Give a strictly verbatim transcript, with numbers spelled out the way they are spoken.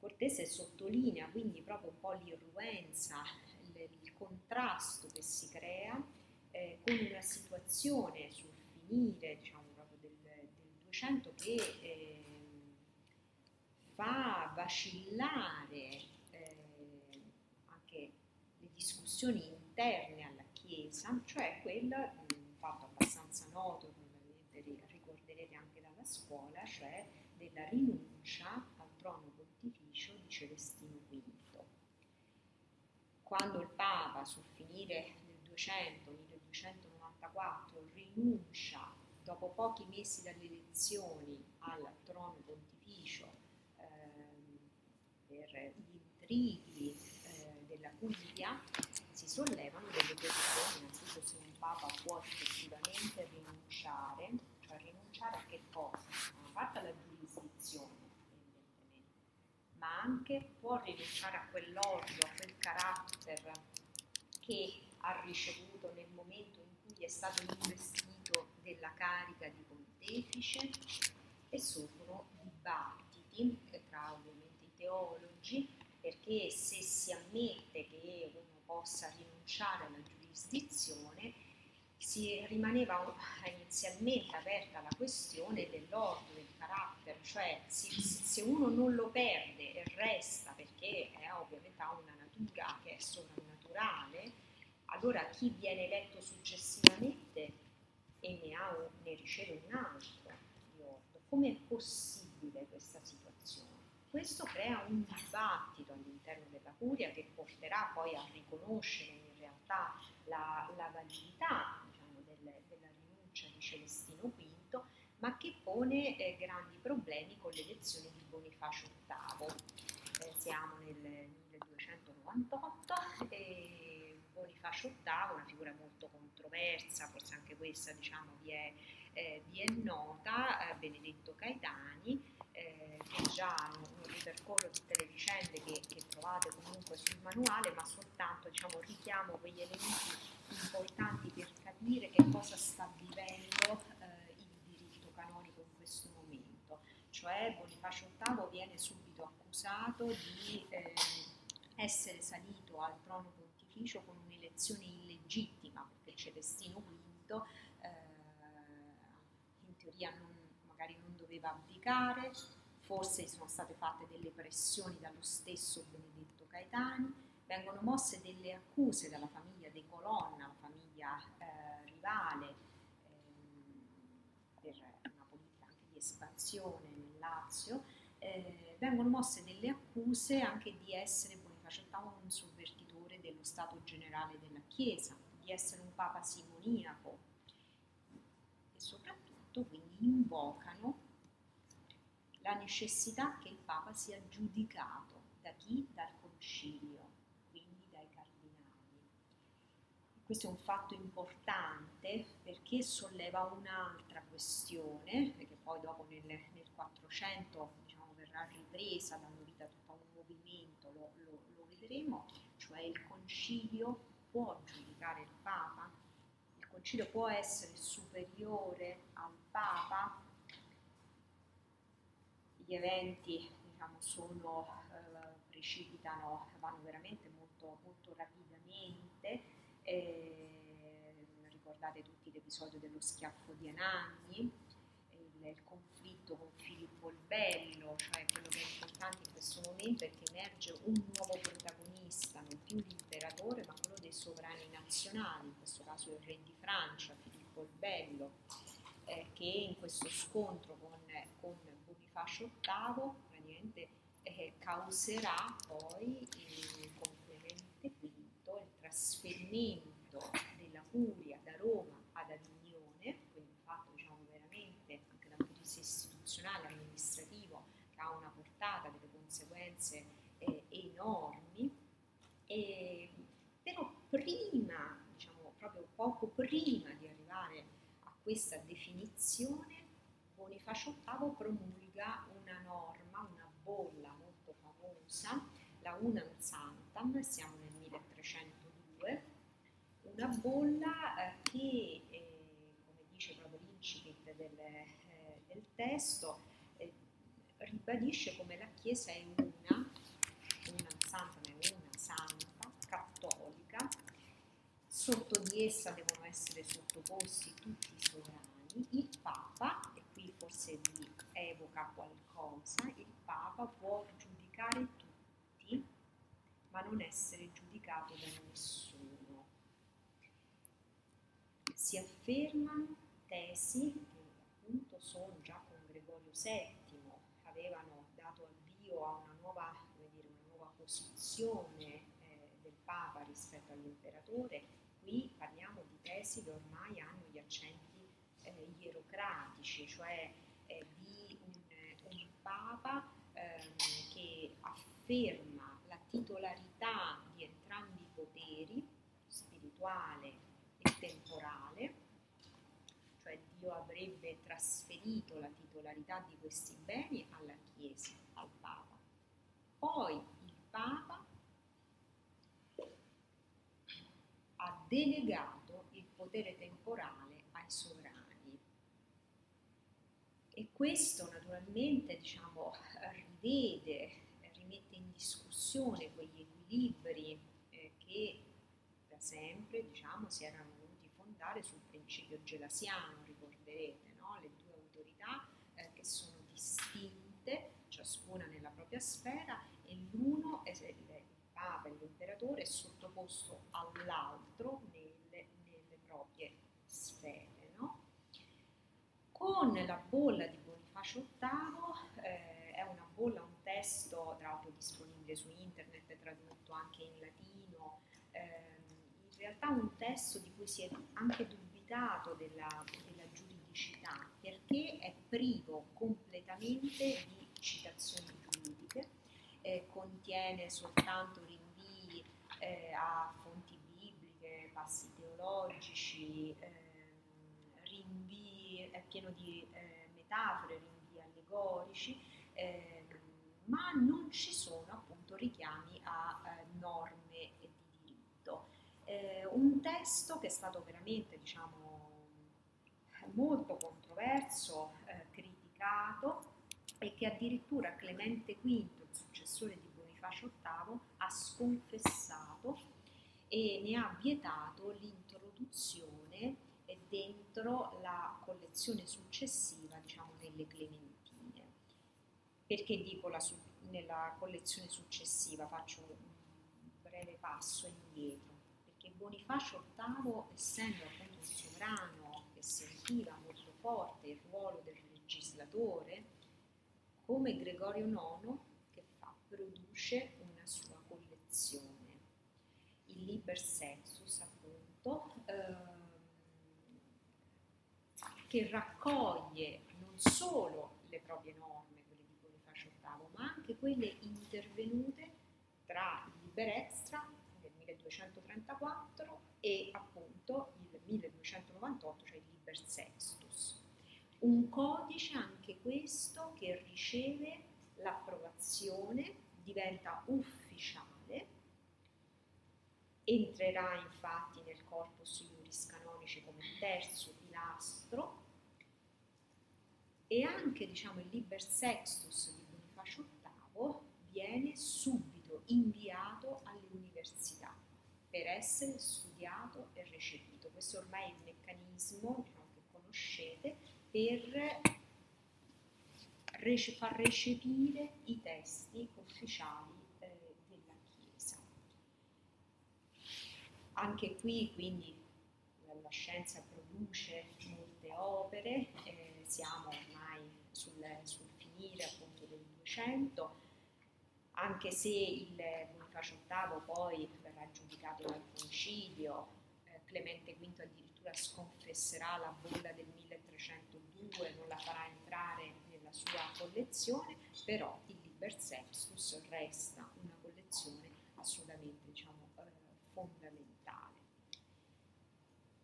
Cortese sottolinea quindi proprio un po' l'irruenza, il, il contrasto che si crea eh, con una situazione sul finire, diciamo, proprio del, del duecento che eh, fa vacillare eh, anche le discussioni interne alla Chiesa, cioè quella, un fatto abbastanza noto, probabilmente ricorderete anche dalla scuola, cioè della rinuncia al trono pontificio di Celestino quinto. Quando il Papa sul finire del duecento, milleduecentonovantaquattro, rinuncia dopo pochi mesi dalle elezioni al trono pontificio ehm, per gli intrighi eh, della curia, si sollevano delle questioni, innanzitutto se un Papa può effettivamente rinunciare, cioè rinunciare a che cosa? Da una parte alla giurisdizione, evidentemente, ma anche può rinunciare a quell'ordio, a quel carattere che ha ricevuto nel momento in cui è stato investito della carica di pontefice, e sorgono dibattiti tra ovviamente i teologi, perché se si ammette che uno possa rinunciare alla giurisdizione, si rimaneva inizialmente aperta la questione dell'ordio, del carattere, cioè si, se uno non lo perde e resta perché è, ovviamente ha una natura che è sovrannaturale, allora chi viene eletto successivamente e ne, ha un, ne riceve un altro di ordio. Come è possibile questa situazione? Questo crea un dibattito all'interno della curia che porterà poi a riconoscere in realtà la, la validità, diciamo, del, della rinuncia di Celestino quinto, ma che pone eh, grandi problemi con l'elezione di Bonifacio ottavo. Eh, siamo nel milleduecentonovantotto e Bonifacio ottavo, una figura molto controversa, forse anche questa, diciamo, vi è, eh, vi è nota, eh, Benedetto Caetani, eh, che già non, non ripercorro tutte le vicende che, che trovate comunque sul manuale, ma soltanto, diciamo, richiamo quegli elementi importanti per capire che cosa sta vivendo eh, il diritto canonico in questo momento. Cioè Bonifacio ottavo viene subito accusato di eh, essere salito al trono pontificio con un'elezione illegittima, perché Celestino quinto eh, in teoria non, magari non doveva abdicare, forse sono state fatte delle pressioni dallo stesso Benedetto Caetani, vengono mosse delle accuse dalla famiglia De Colonna, la famiglia eh, rivale eh, per una politica anche di espansione nel Lazio, eh, vengono mosse delle accuse anche di essere Bonifacio ottavo un sovvertitore dello stato generale della Chiesa, di essere un papa simoniaco, e soprattutto quindi invocano la necessità che il papa sia giudicato da chi? Dal concilio, quindi dai cardinali. Questo è un fatto importante perché solleva un'altra questione, perché poi dopo nel, nel quattrocento, diciamo, verrà ripresa, dando vita a tutto un movimento, lo, lo, lo vedremo, cioè il concilio può giudicare il papa? Il concilio può essere superiore al papa? Gli eventi, diciamo, sono, eh, precipitano, vanno veramente molto, molto rapidamente. Eh, ricordate tutti l'episodio dello schiaffo di Anagni, il, il conflitto con Filippo il Bello, cioè quello che è importante in questo momento è che emerge un nuovo protagonista, non più l'imperatore ma quello dei sovrani nazionali, in questo caso il re di Francia, Filippo il Bello, eh, che in questo scontro con, con Bonifacio ottavo praticamente eh, causerà poi il, con Clemente quinto il trasferimento della curia da Roma ad Avignone, quindi un fatto, diciamo, veramente anche dal punto di vista istituzionale, amministrativo, che ha una portata, delle conseguenze eh, enormi. E, però prima, diciamo proprio poco prima di arrivare a questa definizione, Bonifacio ottavo promulga una norma, una bolla molto famosa, la Unam Santam, siamo nel milletrecentodue, una bolla eh, che, eh, come dice proprio l'incipit del, eh, del testo, eh, ribadisce come la Chiesa è una sotto di essa devono essere sottoposti tutti i sovrani. Il Papa, e qui forse vi evoca qualcosa, il Papa può giudicare tutti, ma non essere giudicato da nessuno. Si affermano tesi che appunto sono già con Gregorio settimo, avevano dato avvio a una nuova, come dire, una nuova posizione eh, del Papa rispetto all'imperatore. Qui parliamo di tesi che ormai hanno gli accenti eh, ierocratici, cioè eh, di un, un Papa ehm, che afferma la titolarità di entrambi i poteri, spirituale e temporale, cioè Dio avrebbe trasferito la titolarità di questi beni alla Chiesa, al Papa. Poi il Papa ha delegato il potere temporale ai sovrani. E questo naturalmente, diciamo, rivede, rimette in discussione quegli equilibri eh, che da sempre, diciamo, si erano voluti fondare sul principio gelasiano, ricorderete, no? Le due autorità eh, che sono distinte, ciascuna nella propria sfera, e l'uno, il Papa e l'imperatore, è sottoposto all'altro nelle, nelle proprie sfere, no? Con la bolla di Bonifacio ottavo, eh, è una bolla, un testo tra l'altro disponibile su internet, tradotto anche in latino, eh, in realtà un testo di cui si è anche dubitato della, della giuridicità, perché è privo completamente di citazioni giuridiche, eh, contiene soltanto rinvii eh, a fonti bibliche, passi teologici, eh, rinvii, è pieno di eh, metafore, rinvii allegorici, eh, ma non ci sono appunto richiami a eh, norme di diritto. Eh, un testo che è stato veramente, diciamo, molto controverso, eh, criticato, e che addirittura Clemente quinto, il successore di Bonifacio ottavo, ha sconfessato e ne ha vietato l'introduzione dentro la collezione successiva, diciamo nelle Clementine. Perché dico la, nella collezione successiva, faccio un breve passo indietro, perché Bonifacio ottavo, essendo appunto un sovrano che sentiva molto forte il ruolo del legislatore, come Gregorio nono, che fa? Produce una sua collezione, il Liber Sextus appunto, ehm, che raccoglie non solo le proprie norme, quelle di Bonifacio ottavo, ma anche quelle intervenute tra il Liber Extra del milleduecentotrentaquattro e appunto il milleduecentonovantotto, cioè il Liber Sextus. Un codice anche questo che riceve l'approvazione, diventa ufficiale, entrerà infatti nel corpus iuris canonici come terzo pilastro, e anche, diciamo, il Liber Sextus di Bonifacio ottavo viene subito inviato alle università per essere studiato e recepito. Questo ormai è il meccanismo, diciamo, che conoscete per rece- far recepire i testi ufficiali eh, della Chiesa. Anche qui, quindi, la, la scienza produce molte opere, eh, siamo ormai sul, sul finire appunto del duecento, anche se il Bonifacio ottavo poi verrà giudicato dal concilio, eh, Clemente quinto addirittura sconfesserà la bolla del milletrecentodue, non la farà entrare nella sua collezione, però il Liber Sextus resta una collezione assolutamente, diciamo, eh, fondamentale.